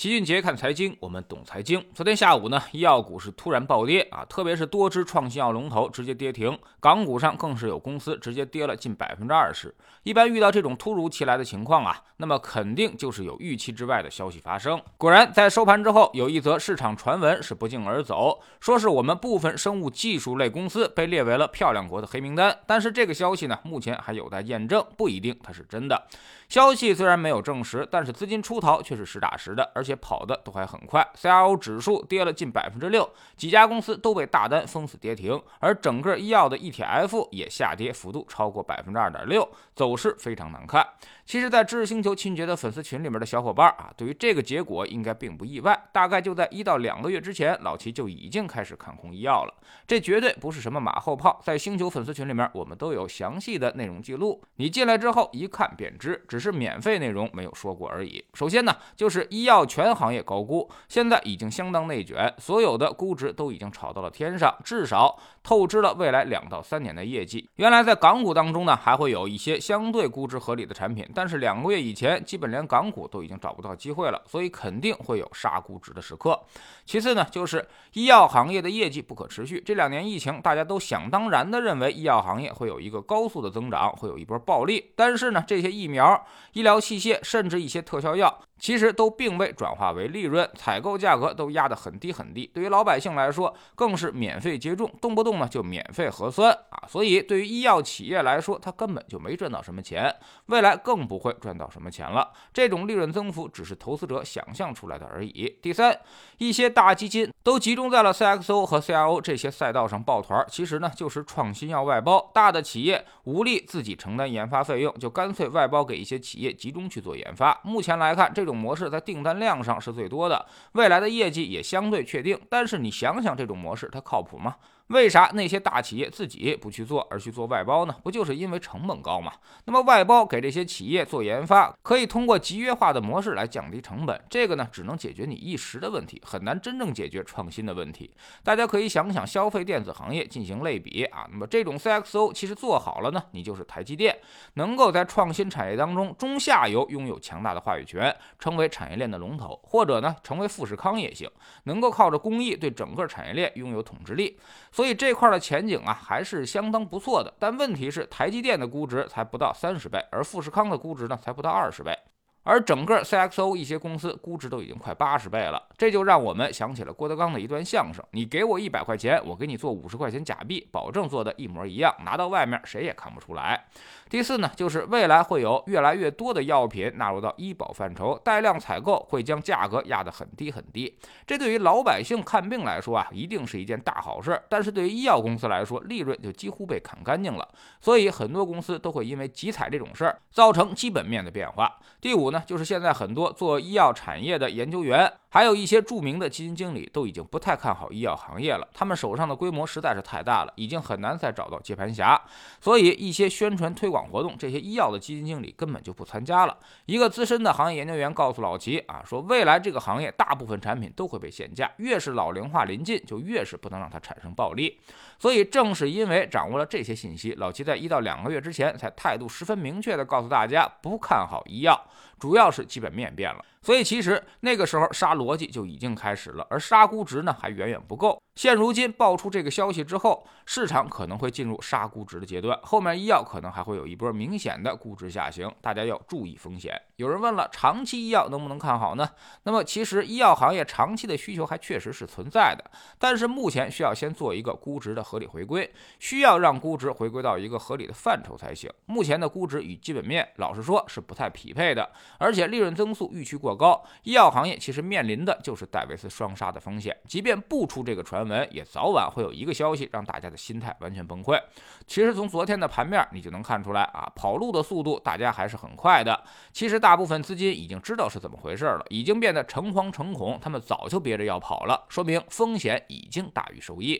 齐俊杰看财经，我们懂财经。昨天下午呢，医药股是突然暴跌啊，特别是多只创新药龙头直接跌停，港股上更是有公司直接跌了近20%。一般遇到这种突如其来的情况啊，那么肯定就是有预期之外的消息发生。果然，在收盘之后，有一则市场传闻是不胫而走，说是我们部分生物技术类公司被列为了漂亮国的黑名单。但是这个消息呢，目前还有待验证，不一定它是真的。消息虽然没有证实，但是资金出逃却是实打实的，而且跑的都还很快。CRO 指数跌了近6%，几家公司都被大单封死跌停，而整个医药的 ETF 也下跌幅度超过2.6%，走势非常难看。其实，在知识星球秦杰的粉丝群里面的小伙伴啊，对于这个结果应该并不意外。大概就在1到2个月之前，老齐就已经开始看空医药了。这绝对不是什么马后炮，在星球粉丝群里面，我们都有详细的内容记录，你进来之后一看便知，只是免费内容没有说过而已。首先呢，就是医药全行业高估，现在已经相当内卷，所有的估值都已经炒到了天上，至少透支了未来2到3年的业绩。原来在港股当中呢，还会有一些相对估值合理的产品，但是2个月以前，基本连港股都已经找不到机会了，所以肯定会有杀估值的时刻。其次呢，就是医药行业的业绩不可持续。这2年疫情，大家都想当然的认为医药行业会有一个高速的增长，会有一波暴利。但是呢，这些疫苗、医疗器械，甚至一些特效药，其实都并未转化为利润，采购价格都压得很低很低。对于老百姓来说，更是免费接种，动不动呢就免费核酸啊。所以对于医药企业来说，它根本就没赚到什么钱，未来更不会赚到什么钱了。这种利润增幅只是投资者想象出来的而已。第三，一些大基金都集中在了 CXO 和 CRO 这些赛道上抱团，其实呢就是创新药外包。大的企业无力自己承担研发费用，就干脆外包给一些企业集中去做研发。目前来看，这种模式在订单量上是最多的，未来的业绩也相对确定。但是你想想，这种模式它靠谱吗？为啥那些大企业自己不去做，而去做外包呢？不就是因为成本高吗？那么外包给这些企业做研发，可以通过集约化的模式来降低成本，这个呢只能解决你一时的问题，很难真正解决创新的问题。大家可以想想消费电子行业进行类比啊，那么这种 CXO 其实做好了呢，你就是台积电，能够在创新产业当中中下游拥有强大的话语权，成为产业链的龙头，或者呢成为富士康也行，能够靠着工艺对整个产业链拥有统治力。所以这块的前景啊还是相当不错的，但问题是台积电的估值才不到30倍，而富士康的估值呢才不到20倍。而整个 CXO 一些公司估值都已经快80倍了，这就让我们想起了郭德纲的一段相声：你给我100块钱，我给你做50块钱假币，保证做的一模一样，拿到外面谁也看不出来。第四呢，就是未来会有越来越多的药品纳入到医保范畴，带量采购会将价格压得很低很低。这对于老百姓看病来说啊，一定是一件大好事，但是对于医药公司来说，利润就几乎被砍干净了。所以很多公司都会因为集采这种事儿，造成基本面的变化。第五呢，就是现在很多做医药产业的研究员，还有一些著名的基金经理都已经不太看好医药行业了，他们手上的规模实在是太大了，已经很难再找到接盘侠。所以一些宣传推广活动，这些医药的基金经理根本就不参加了。一个资深的行业研究员告诉老齐啊，说未来这个行业大部分产品都会被限价，越是老龄化临近，就越是不能让它产生暴利。所以正是因为掌握了这些信息，老齐在1到2个月之前才态度十分明确地告诉大家不看好医药，主要是基本面变了。所以其实那个时候杀逻辑就已经开始了，而杀估值呢还远远不够。现如今爆出这个消息之后，市场可能会进入杀估值的阶段，后面医药可能还会有一波明显的估值下行，大家要注意风险。有人问了，长期医药能不能看好呢？那么其实医药行业长期的需求还确实是存在的，但是目前需要先做一个估值的合理回归，需要让估值回归到一个合理的范畴才行。目前的估值与基本面老实说是不太匹配的，而且利润增速预期过高，医药行业其实面临的就是戴维斯双杀的风险。即便不出这个传闻，也早晚会有一个消息让大家的心态完全崩溃。其实从昨天的盘面你就能看出来啊，跑路的速度大家还是很快的。其实大部分资金已经知道是怎么回事了，已经变得诚惶诚恐，他们早就憋着要跑了，说明风险已经大于收益。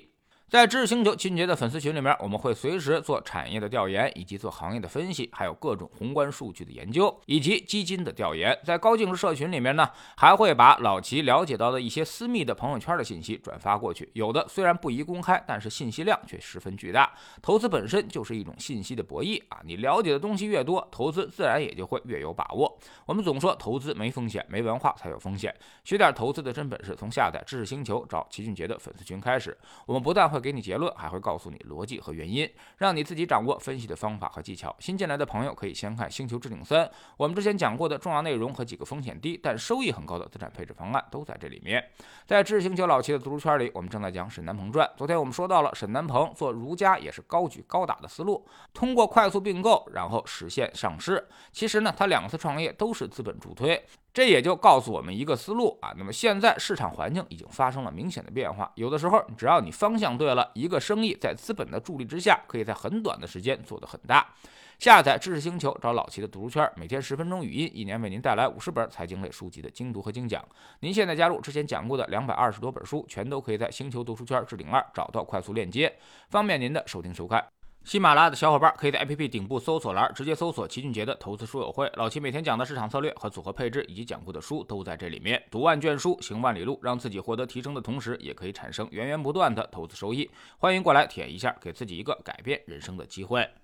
在知识星球齐俊杰的粉丝群里面，我们会随时做产业的调研，以及做行业的分析，还有各种宏观数据的研究，以及基金的调研。在高净值社群里面呢，还会把老齐了解到的一些私密的朋友圈的信息转发过去，有的虽然不宜公开，但是信息量却十分巨大。投资本身就是一种信息的博弈啊，你了解的东西越多，投资自然也就会越有把握。我们总说投资没风险，没文化才有风险。学点投资的真本事，从下载知识星球找齐俊杰的粉丝群开始。我们不但会给你结论，还会告诉你逻辑和原因，让你自己掌握分析的方法和技巧。新进来的朋友可以先看《星球置顶3》，我们之前讲过的重要内容和几个风险低但收益很高的资产配置方案都在这里面。在知识星球老齐的读书圈里，我们正在讲沈南鹏传。昨天我们说到了沈南鹏做儒家也是高举高打的思路，通过快速并购然后实现上市。其实呢，他2次创业都是资本助推，这也就告诉我们一个思路啊。那么现在市场环境已经发生了明显的变化，有的时候只要你方向对了，一个生意在资本的助力之下，可以在很短的时间做得很大。下载知识星球，找老齐的读书圈，每天10分钟语音，一年为您带来50本财经类书籍的精读和精讲。您现在加入之前讲过的220多本书，全都可以在星球读书圈置顶2找到快速链接，方便您的收听收看。喜马拉雅的小伙伴可以在 APP 顶部搜索栏直接搜索齐俊杰的投资书友会，老齐每天讲的市场策略和组合配置以及讲过的书都在这里面。读万卷书，行万里路，让自己获得提升的同时，也可以产生源源不断的投资收益。欢迎过来体验一下，给自己一个改变人生的机会。